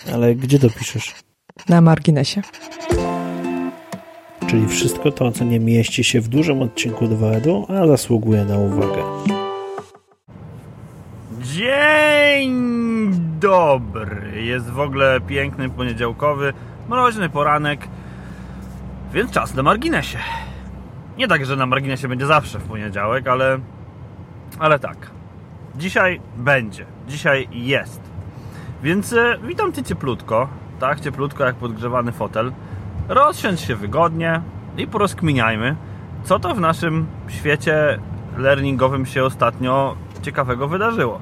Ale gdzie to piszesz? Na marginesie. Czyli wszystko to, co nie mieści się w dużym odcinku 2EDU, a zasługuje na uwagę. Dzień dobry. Jest w ogóle piękny, poniedziałkowy, mroźny poranek, więc czas na marginesie. Nie tak, że na marginesie będzie zawsze w poniedziałek, ale tak. Dzisiaj będzie. Dzisiaj jest. Więc witam Cię cieplutko. Tak, cieplutko jak podgrzewany fotel. Rozsiądź się wygodnie i porozkminiajmy, co to w naszym świecie learningowym się ostatnio ciekawego wydarzyło.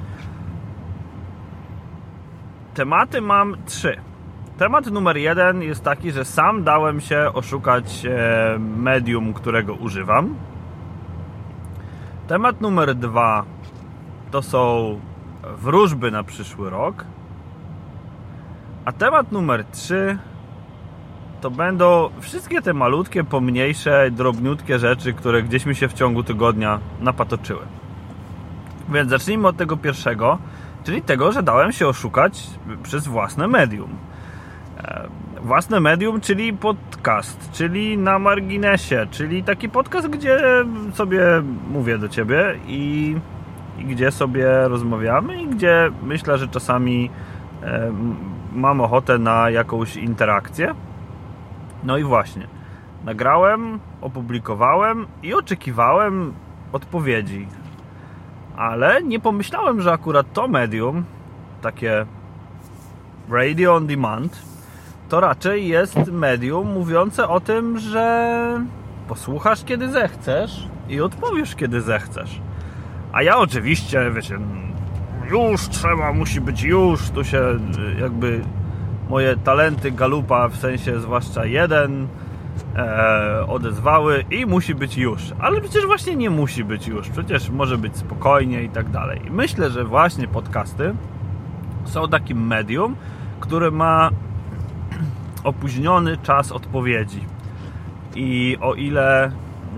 Tematy mam 3. Temat numer 1 jest taki, że sam dałem się oszukać medium, którego używam. Temat numer 2 to są wróżby na przyszły rok. A temat numer 3 to będą wszystkie te malutkie, pomniejsze, drobniutkie rzeczy, które gdzieś mi się w ciągu tygodnia napatoczyły. Więc zacznijmy od tego pierwszego, czyli tego, że dałem się oszukać przez własne medium. Własne medium, czyli podcast, czyli na marginesie, czyli taki podcast, gdzie sobie mówię do Ciebie i gdzie sobie rozmawiamy i gdzie myślę, że czasami mam ochotę na jakąś interakcję. No i właśnie, nagrałem, opublikowałem i oczekiwałem odpowiedzi. Ale nie pomyślałem, że akurat to medium, takie radio on demand, to raczej jest medium mówiące o tym, że posłuchasz kiedy zechcesz i odpowiesz kiedy zechcesz. A ja oczywiście, wiecie, już trzeba, musi być już, tu się jakby moje talenty galupa, w sensie zwłaszcza jeden, odezwały i musi być już. Ale przecież właśnie nie musi być już. Przecież może być spokojnie i tak dalej. Myślę, że właśnie podcasty są takim medium, które ma opóźniony czas odpowiedzi. I o ile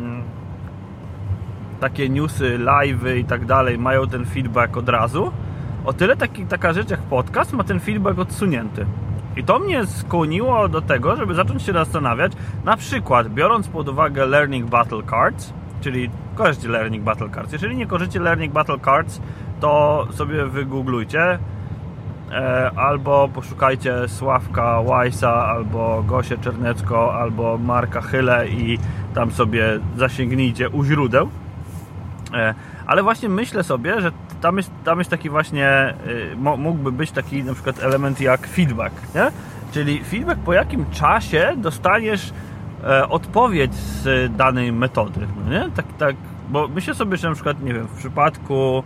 takie newsy, live'y i tak dalej mają ten feedback od razu, o tyle taka rzecz jak podcast ma ten feedback odsunięty. I to mnie skłoniło do tego, żeby zacząć się zastanawiać, na przykład biorąc pod uwagę Learning Battle Cards, czyli kojarzycie Learning Battle Cards. Jeżeli nie kojarzycie Learning Battle Cards, to sobie wygooglujcie albo poszukajcie Sławka Weissa, albo Gosię Czernecko, albo Marka Chylę i tam sobie zasięgnijcie u źródeł. Ale właśnie myślę sobie, że tam jest taki właśnie, mógłby być taki na przykład element jak feedback, nie? Czyli feedback, po jakim czasie dostaniesz odpowiedź z danej metody, no nie? Tak, bo myślę sobie, że na przykład, nie wiem, w przypadku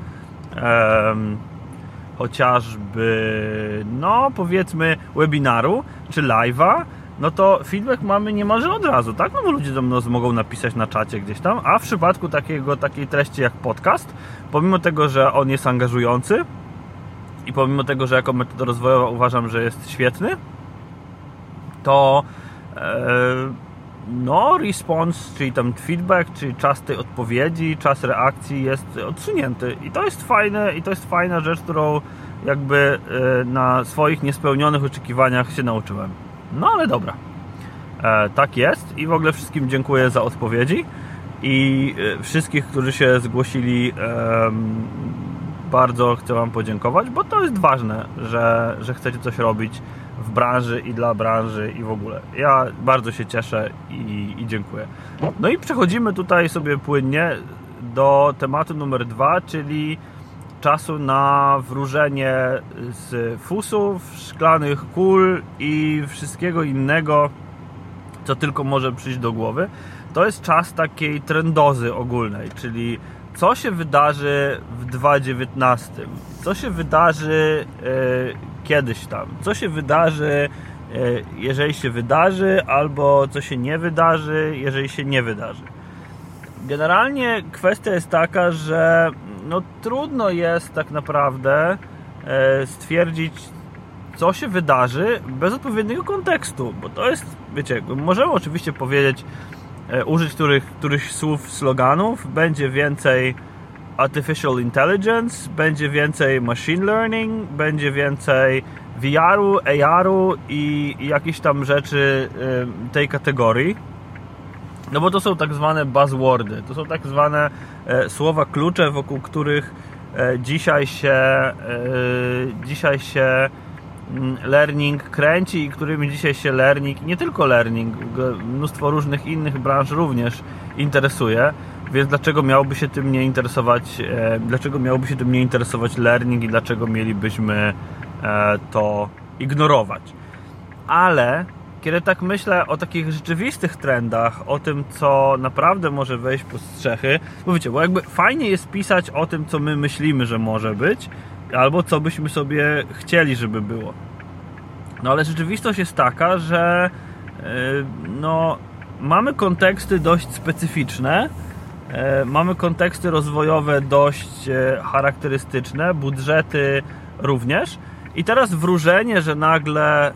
chociażby, no powiedzmy webinaru czy live'a, no to feedback mamy niemalże od razu, tak? No bo ludzie do nas mogą napisać na czacie gdzieś tam, a w przypadku takiej treści jak podcast, pomimo tego, że on jest angażujący i pomimo tego, że jako metoda rozwojowa uważam, że jest świetny, to no response, czyli tam feedback, czyli czas tej odpowiedzi, czas reakcji jest odsunięty i to jest fajne i to jest fajna rzecz, którą jakby na swoich niespełnionych oczekiwaniach się nauczyłem. No ale dobra, tak jest i w ogóle wszystkim dziękuję za odpowiedzi i wszystkich, którzy się zgłosili, bardzo chcę Wam podziękować, bo to jest ważne, że chcecie coś robić w branży i dla branży i w ogóle. Ja bardzo się cieszę i dziękuję. No i przechodzimy tutaj sobie płynnie do tematu numer 2, czyli czasu na wróżenie z fusów, szklanych kul i wszystkiego innego, co tylko może przyjść do głowy. To jest czas takiej trendozy ogólnej, czyli co się wydarzy w 2019, co się wydarzy kiedyś tam, co się wydarzy, jeżeli się wydarzy, albo co się nie wydarzy, jeżeli się nie wydarzy. Generalnie kwestia jest taka, że no trudno jest tak naprawdę stwierdzić, co się wydarzy bez odpowiedniego kontekstu, bo to jest, wiecie, możemy oczywiście powiedzieć, użyć których słów, sloganów, będzie więcej artificial intelligence, będzie więcej machine learning, będzie więcej VR-u, AR-u i jakieś tam rzeczy tej kategorii. No bo to są tak zwane buzzwordy, to są tak zwane słowa klucze, wokół których dzisiaj się learning kręci i którymi dzisiaj się learning, nie tylko learning, mnóstwo różnych innych branż również interesuje, więc dlaczego miałoby się tym nie interesować learning i dlaczego mielibyśmy to ignorować. Ale kiedy tak myślę o takich rzeczywistych trendach, o tym, co naprawdę może wejść pod strzechy, bo wiecie, bo jakby fajnie jest pisać o tym, co my myślimy, że może być, albo co byśmy sobie chcieli, żeby było. No ale rzeczywistość jest taka, że mamy konteksty dość specyficzne, mamy konteksty rozwojowe dość charakterystyczne, budżety również. I teraz wróżenie, że nagle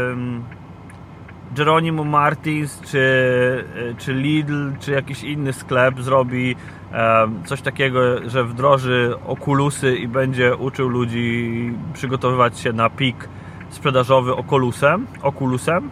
Jeronimo Martins czy Lidl czy jakiś inny sklep zrobi coś takiego, że wdroży Oculusy i będzie uczył ludzi przygotowywać się na pik sprzedażowy Oculusem,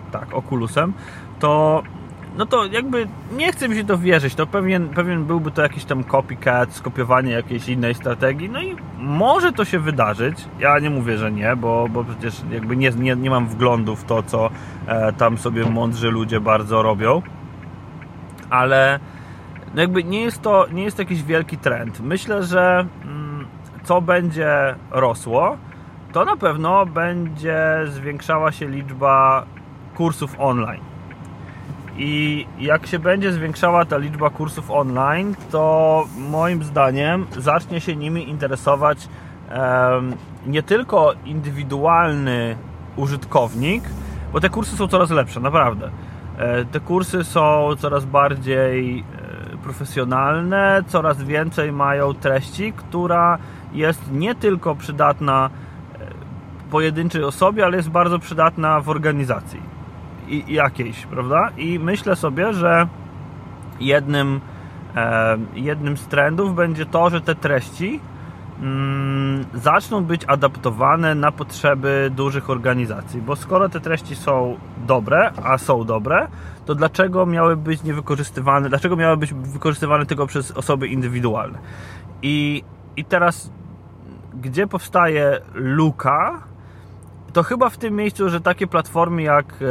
to jakby nie chce mi się to wierzyć, to pewien byłby to jakiś tam copycat, skopiowanie jakiejś innej strategii, no i może to się wydarzyć, ja nie mówię, że nie, bo przecież jakby nie mam wglądu w to, co tam sobie mądrzy ludzie bardzo robią, ale jakby nie jest to jakiś wielki trend. Myślę, że co będzie rosło, to na pewno będzie zwiększała się liczba kursów online. I jak się będzie zwiększała ta liczba kursów online, to moim zdaniem zacznie się nimi interesować nie tylko indywidualny użytkownik, bo te kursy są coraz lepsze, naprawdę. Te kursy są coraz bardziej profesjonalne, coraz więcej mają treści, która jest nie tylko przydatna pojedynczej osobie, ale jest bardzo przydatna w organizacji jakiejś, prawda? I myślę sobie, że jednym z trendów będzie to, że te treści zaczną być adaptowane na potrzeby dużych organizacji, bo skoro te treści są dobre, to dlaczego miały być wykorzystywane tylko przez osoby indywidualne? I teraz gdzie powstaje luka? To chyba w tym miejscu, że takie platformy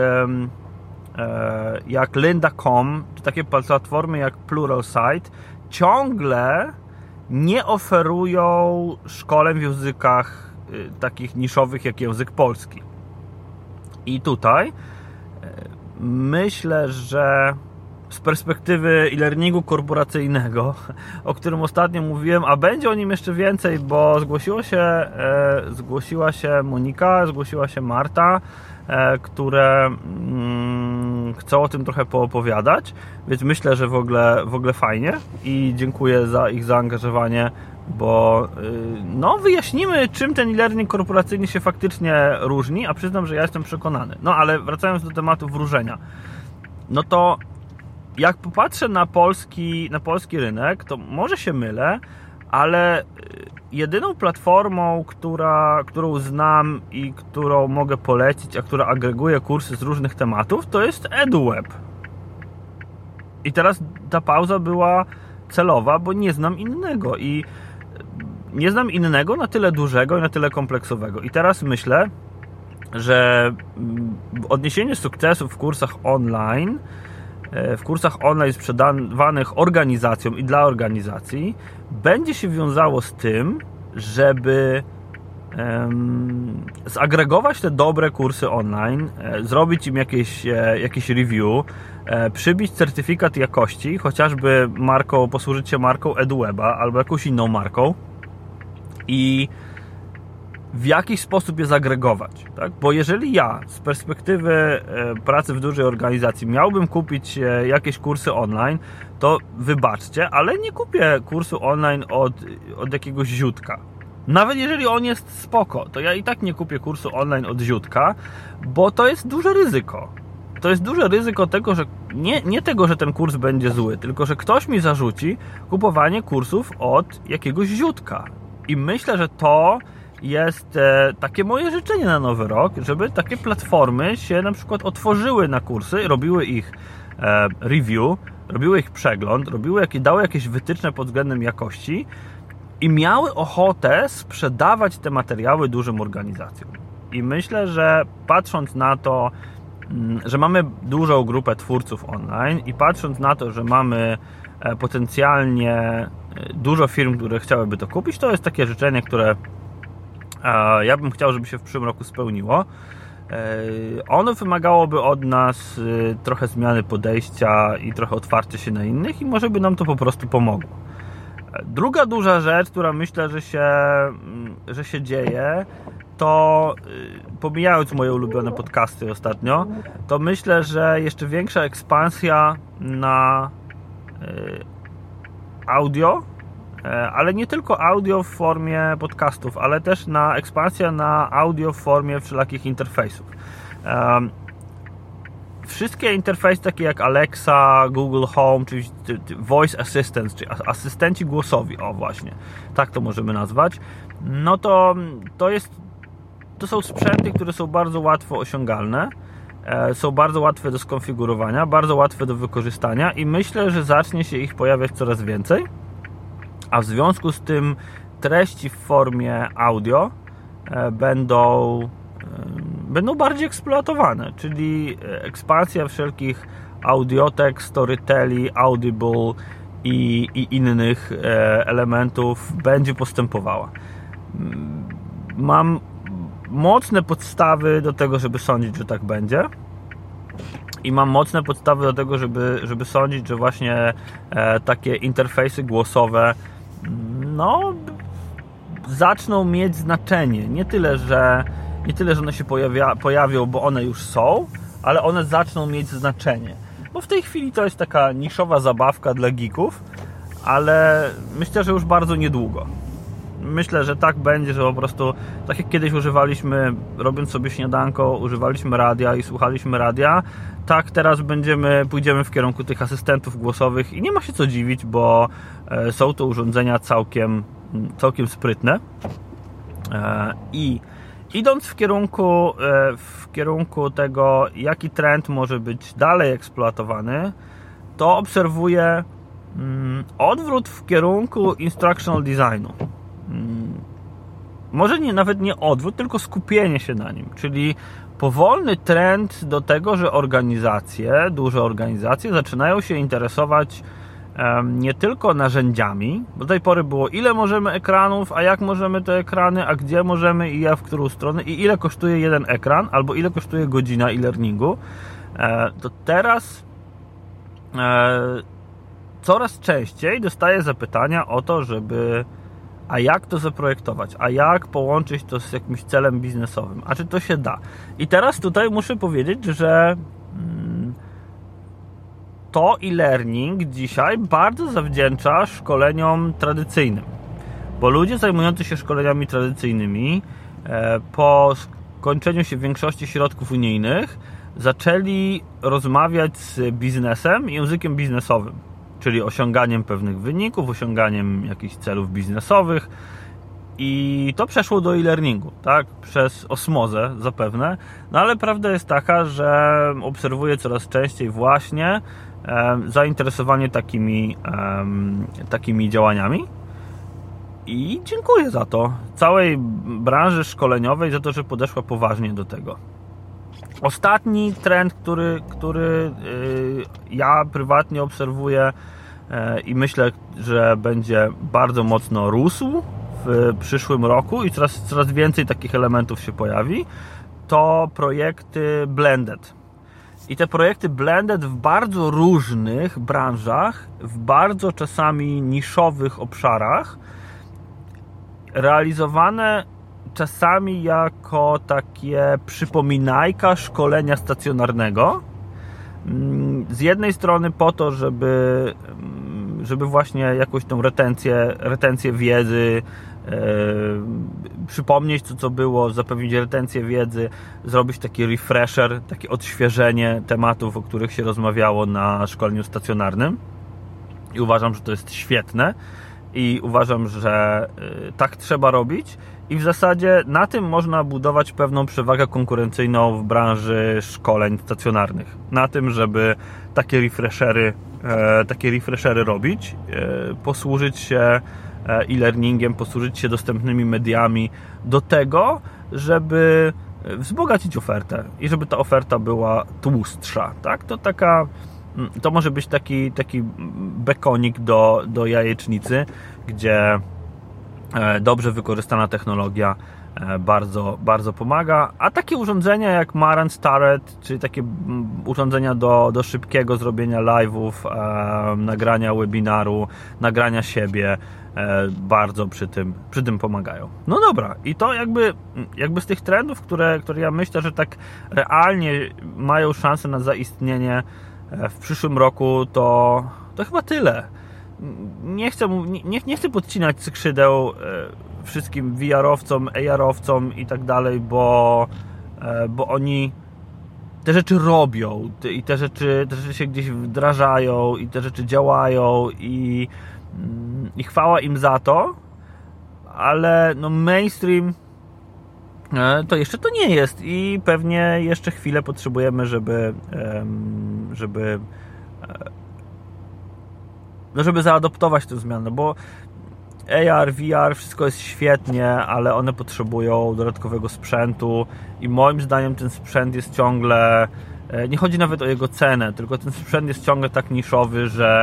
jak lynda.com, czy takie platformy jak Pluralsight ciągle nie oferują szkoleń w językach takich niszowych jak język polski. I tutaj myślę, że z perspektywy e-learningu korporacyjnego, o którym ostatnio mówiłem, a będzie o nim jeszcze więcej, bo zgłosiła się Monika, zgłosiła się Marta, które chcą o tym trochę poopowiadać, więc myślę, że w ogóle fajnie i dziękuję za ich zaangażowanie, bo wyjaśnimy, czym ten e-learning korporacyjny się faktycznie różni, a przyznam, że ja jestem przekonany. No ale wracając do tematu wróżenia, no to jak popatrzę na polski rynek, to może się mylę, ale jedyną platformą, którą znam i którą mogę polecić, a która agreguje kursy z różnych tematów, to jest EduWeb. I teraz ta pauza była celowa, bo nie znam innego i nie znam innego na tyle dużego i na tyle kompleksowego. I teraz myślę, że odniesienie sukcesów w kursach online sprzedawanych organizacjom i dla organizacji będzie się wiązało z tym, żeby zagregować te dobre kursy online, zrobić im jakieś review, przybić certyfikat jakości, chociażby posłużyć się marką EduWeba albo jakąś inną marką i w jakiś sposób je zagregować, tak? Bo jeżeli ja z perspektywy pracy w dużej organizacji miałbym kupić jakieś kursy online, to wybaczcie, ale nie kupię kursu online od jakiegoś ziutka. Nawet jeżeli on jest spoko, to ja i tak nie kupię kursu online od ziutka, bo to jest duże ryzyko. To jest duże ryzyko tego, że nie tego, że ten kurs będzie zły, tylko że ktoś mi zarzuci kupowanie kursów od jakiegoś ziutka. I myślę, że to jest takie moje życzenie na nowy rok, żeby takie platformy się na przykład otworzyły na kursy, robiły ich review, robiły ich przegląd, dały jakieś wytyczne pod względem jakości i miały ochotę sprzedawać te materiały dużym organizacjom. I myślę, że patrząc na to, że mamy dużą grupę twórców online i patrząc na to, że mamy potencjalnie dużo firm, które chciałyby to kupić, to jest takie życzenie, które ja bym chciał, żeby się w przyszłym roku spełniło. Ono wymagałoby od nas trochę zmiany podejścia i trochę otwarcia się na innych i może by nam to po prostu pomogło. Druga duża rzecz, która myślę, że się dzieje, to pomijając moje ulubione podcasty ostatnio, to myślę, że jeszcze większa ekspansja na audio, ale nie tylko audio w formie podcastów, ale też ekspansja na audio w formie wszelakich interfejsów. Wszystkie interfejsy takie jak Alexa, Google Home, czyli Voice Assistants, czy asystenci głosowi, o właśnie, tak to możemy nazwać, no to są sprzęty, które są bardzo łatwo osiągalne, są bardzo łatwe do skonfigurowania, bardzo łatwe do wykorzystania i myślę, że zacznie się ich pojawiać coraz więcej, a w związku z tym treści w formie audio będą bardziej eksploatowane, czyli ekspansja wszelkich audiotek, Storyteli, Audible i innych elementów będzie postępowała. Mam mocne podstawy do tego, żeby sądzić, że tak będzie. I mam mocne podstawy do tego, żeby sądzić, że właśnie takie interfejsy głosowe zaczną mieć znaczenie. Nie tyle, że one się pojawią, bo one już są, ale one zaczną mieć znaczenie. Bo w tej chwili to jest taka niszowa zabawka dla geeków, ale myślę, że już bardzo niedługo. Myślę, że tak będzie, że po prostu tak jak kiedyś robiąc sobie śniadanko, używaliśmy radia i słuchaliśmy radia, tak teraz pójdziemy w kierunku tych asystentów głosowych i nie ma się co dziwić, bo są to urządzenia całkiem sprytne. I idąc w kierunku tego, jaki trend może być dalej eksploatowany, to obserwuję odwrót w kierunku instructional designu. Może nawet nie odwrót, tylko skupienie się na nim, czyli powolny trend do tego, że duże organizacje zaczynają się interesować nie tylko narzędziami, bo do tej pory było ile możemy ekranów, a jak możemy te ekrany, a gdzie możemy i w którą stronę i ile kosztuje jeden ekran, albo ile kosztuje godzina e-learningu, to teraz coraz częściej dostaję zapytania o to, a jak to zaprojektować, a jak połączyć to z jakimś celem biznesowym, a czy to się da. I teraz tutaj muszę powiedzieć, że to e-learning dzisiaj bardzo zawdzięcza szkoleniom tradycyjnym, bo ludzie zajmujący się szkoleniami tradycyjnymi po skończeniu się większości środków unijnych zaczęli rozmawiać z biznesem językiem biznesowym, czyli osiąganiem pewnych wyników, osiąganiem jakichś celów biznesowych i to przeszło do e-learningu, tak? Przez osmozę zapewne, ale prawda jest taka, że obserwuję coraz częściej właśnie zainteresowanie takimi działaniami i dziękuję za to całej branży szkoleniowej, za to, że podeszła poważnie do tego. Ostatni trend, który ja prywatnie obserwuję i myślę, że będzie bardzo mocno rósł w przyszłym roku i coraz więcej takich elementów się pojawi, to projekty blended. I te projekty blended w bardzo różnych branżach, w bardzo czasami niszowych obszarach, realizowane czasami jako takie przypominajka szkolenia stacjonarnego. Z jednej strony po to, żeby właśnie jakąś tą retencję wiedzy, przypomnieć co było, zapewnić retencję wiedzy, zrobić taki refresher, takie odświeżenie tematów, o których się rozmawiało na szkoleniu stacjonarnym. I uważam, że to jest świetne. i uważam, że tak trzeba robić i w zasadzie na tym można budować pewną przewagę konkurencyjną w branży szkoleń stacjonarnych. Na tym, żeby takie refreshery robić, posłużyć się e-learningiem, posłużyć się dostępnymi mediami do tego, żeby wzbogacić ofertę i żeby ta oferta była tłustsza, tak? To może być taki bekonik do jajecznicy, gdzie dobrze wykorzystana technologia bardzo, bardzo pomaga, a takie urządzenia jak Marantz Turret, czyli takie urządzenia do szybkiego zrobienia live'ów, nagrania webinaru, nagrania siebie, bardzo przy tym pomagają. No dobra, i to jakby z tych trendów, które ja myślę, że tak realnie mają szansę na zaistnienie w przyszłym roku, to chyba tyle. Nie chcę podcinać skrzydeł wszystkim VR-owcom, AR-owcom i tak dalej, bo oni te rzeczy robią i te rzeczy się gdzieś wdrażają i te rzeczy działają i chwała im za to, ale no mainstream to jeszcze to nie jest i pewnie jeszcze chwilę potrzebujemy, żeby zaadoptować tę zmianę, bo AR, VR, wszystko jest świetnie, ale one potrzebują dodatkowego sprzętu i moim zdaniem ten sprzęt jest ciągle, nie chodzi nawet o jego cenę, tylko ten sprzęt jest ciągle tak niszowy, że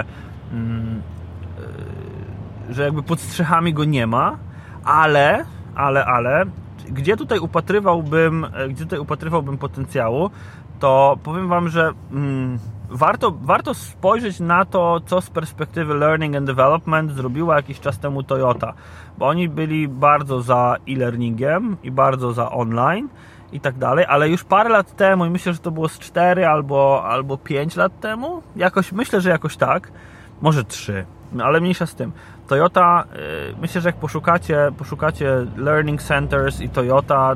jakby pod strzechami go nie ma, ale gdzie tutaj upatrywałbym potencjału, to powiem Wam, że warto spojrzeć na to, co z perspektywy Learning and Development zrobiła jakiś czas temu Toyota, bo oni byli bardzo za e-learningiem i bardzo za online i tak dalej, ale już parę lat temu, i myślę, że to było z 4 albo 5 lat temu, myślę, że jakoś tak, może 3, ale mniejsza z tym. Toyota, myślę, że jak poszukacie Learning Centers i Toyota,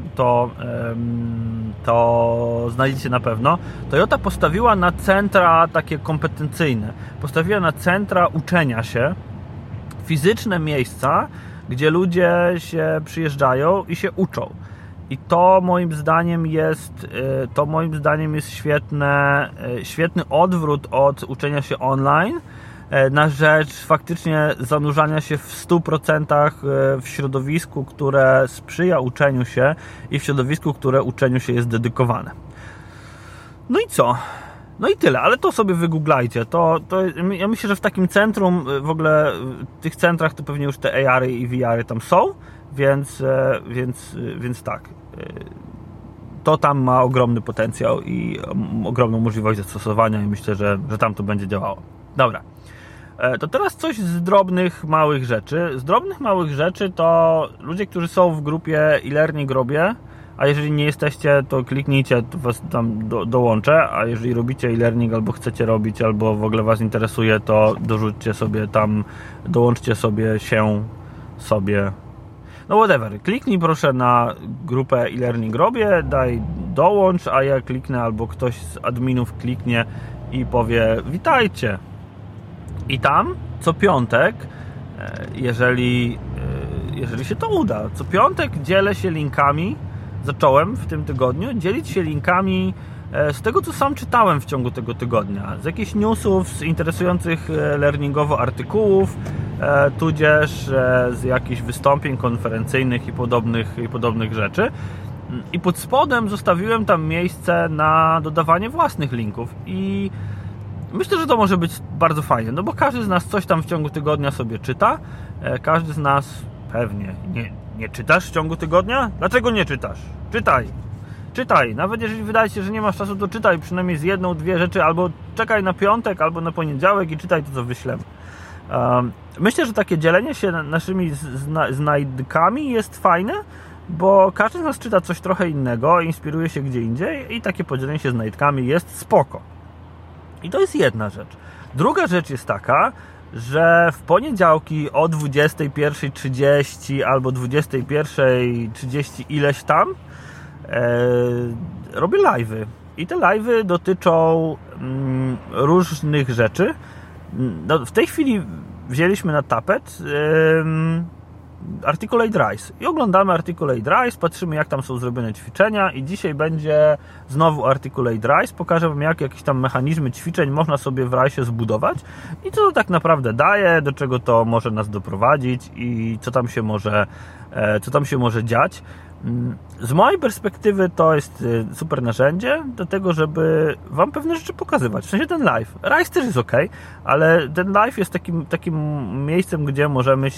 to znajdziecie na pewno. Toyota postawiła na centra takie kompetencyjne. Postawiła na centra uczenia się, fizyczne miejsca, gdzie ludzie się przyjeżdżają i się uczą. I to moim zdaniem jest świetny odwrót od uczenia się online na rzecz faktycznie zanurzania się w 100% w środowisku, które sprzyja uczeniu się i w środowisku, które uczeniu się jest dedykowane. No i co? No i tyle, ale to sobie wygooglajcie. Ja myślę, że w takim centrum, w ogóle w tych centrach to pewnie już te AR-y i VR-y tam są, więc tak. To tam ma ogromny potencjał i ogromną możliwość zastosowania i myślę, że tam to będzie działało. Dobra. To teraz coś z drobnych, małych rzeczy. Z drobnych, małych rzeczy to ludzie, którzy są w grupie e-learning robię, a jeżeli nie jesteście, to kliknijcie, to was tam dołączę, a jeżeli robicie e-learning albo chcecie robić, albo w ogóle was interesuje, to dorzućcie sobie tam, dołączcie sobie, no whatever. Kliknij proszę na grupę e-learning robię, daj dołącz, a ja kliknę albo ktoś z adminów kliknie i powie witajcie. I tam co piątek, jeżeli się to uda, co piątek dzielę się linkami, zacząłem w tym tygodniu dzielić się linkami z tego, co sam czytałem w ciągu tego tygodnia, z jakichś newsów, z interesujących learningowo artykułów, tudzież z jakichś wystąpień konferencyjnych i podobnych rzeczy. I pod spodem zostawiłem tam miejsce na dodawanie własnych linków i myślę, że to może być bardzo fajne, no bo każdy z nas coś tam w ciągu tygodnia sobie czyta. Każdy z nas pewnie nie czytasz w ciągu tygodnia? Dlaczego nie czytasz? Czytaj. Nawet jeżeli wydaje się, że nie masz czasu, to czytaj przynajmniej z 1-2 rzeczy, albo czekaj na piątek, albo na poniedziałek i czytaj to, co wyślemy. Myślę, że takie dzielenie się naszymi znajdkami jest fajne, bo każdy z nas czyta coś trochę innego, inspiruje się gdzie indziej i takie podzielenie się znajdkami jest spoko. I to jest jedna rzecz. Druga rzecz jest taka, że w poniedziałki o 21:30 albo 21:30 ileś tam robię live'y. I te live'y dotyczą różnych rzeczy. No, w tej chwili wzięliśmy na tapet Articulate Rise i oglądamy Articulate Rise, patrzymy jak tam są zrobione ćwiczenia i dzisiaj będzie znowu Articulate Rise, pokażę wam jakieś tam mechanizmy ćwiczeń można sobie w Rise'ie zbudować i co to tak naprawdę daje, do czego to może nas doprowadzić i co tam się może dziać. Z mojej perspektywy to jest super narzędzie do tego, żeby wam pewne rzeczy pokazywać. W sensie ten live. Rise też jest ok, ale ten live jest takim miejscem, gdzie możemy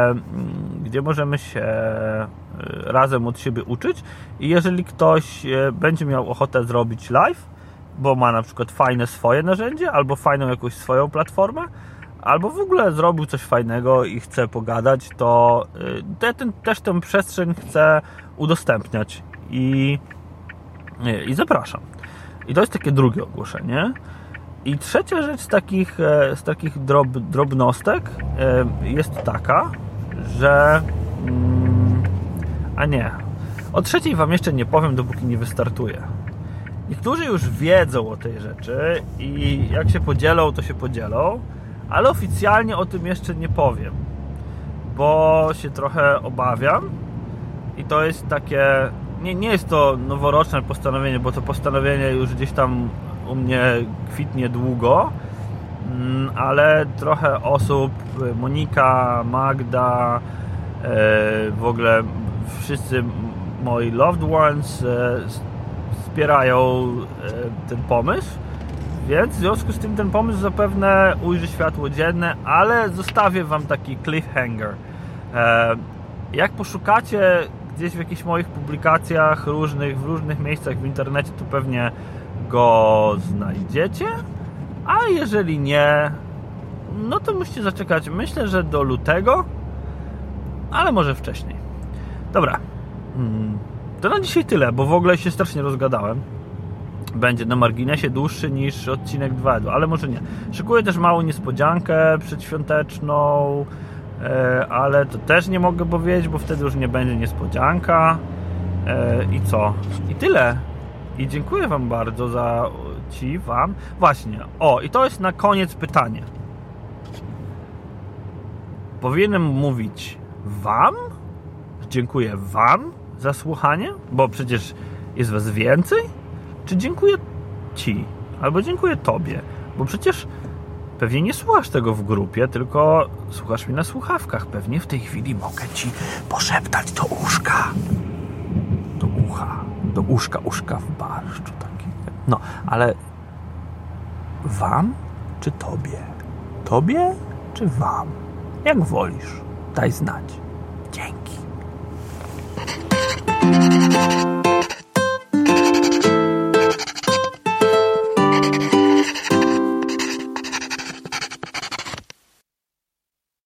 się razem od siebie uczyć i jeżeli ktoś będzie miał ochotę zrobić live, bo ma na przykład fajne swoje narzędzie albo fajną jakąś swoją platformę, albo w ogóle zrobił coś fajnego i chce pogadać, to też tę przestrzeń chcę udostępniać i zapraszam. I to jest takie drugie ogłoszenie. I trzecia rzecz z takich drobnostek jest taka, że o trzeciej wam jeszcze nie powiem, dopóki nie wystartuję. Niektórzy już wiedzą o tej rzeczy i jak się podzielą, to się podzielą, ale oficjalnie o tym jeszcze nie powiem, bo się trochę obawiam i to jest takie, nie jest to noworoczne postanowienie, bo to postanowienie już gdzieś tam u mnie kwitnie długo, ale trochę osób, Monika, Magda, w ogóle wszyscy moi loved ones wspierają ten pomysł. Więc w związku z tym ten pomysł zapewne ujrzy światło dzienne, ale zostawię wam taki cliffhanger. Jak poszukacie gdzieś w jakichś moich publikacjach w różnych miejscach w internecie, to pewnie go znajdziecie, a jeżeli nie, no to musicie zaczekać, myślę, że do lutego, ale może wcześniej. Dobra, to na dzisiaj tyle, bo w ogóle się strasznie rozgadałem. Będzie na marginesie dłuższy niż odcinek 2, ale może nie. Szykuję też małą niespodziankę przedświąteczną, ale to też nie mogę powiedzieć, bo wtedy już nie będzie niespodzianka. I co? I tyle. I dziękuję wam bardzo wam. Właśnie. I to jest na koniec pytanie. Powinienem mówić wam? Dziękuję wam za słuchanie? Bo przecież jest was więcej? Czy dziękuję ci? Albo dziękuję tobie? Bo przecież pewnie nie słuchasz tego w grupie, tylko słuchasz mnie na słuchawkach. Pewnie w tej chwili mogę ci poszeptać do uszka. Do ucha. Do uszka w barszczu. Taki. No, ale wam czy tobie? Tobie czy wam? Jak wolisz? Daj znać.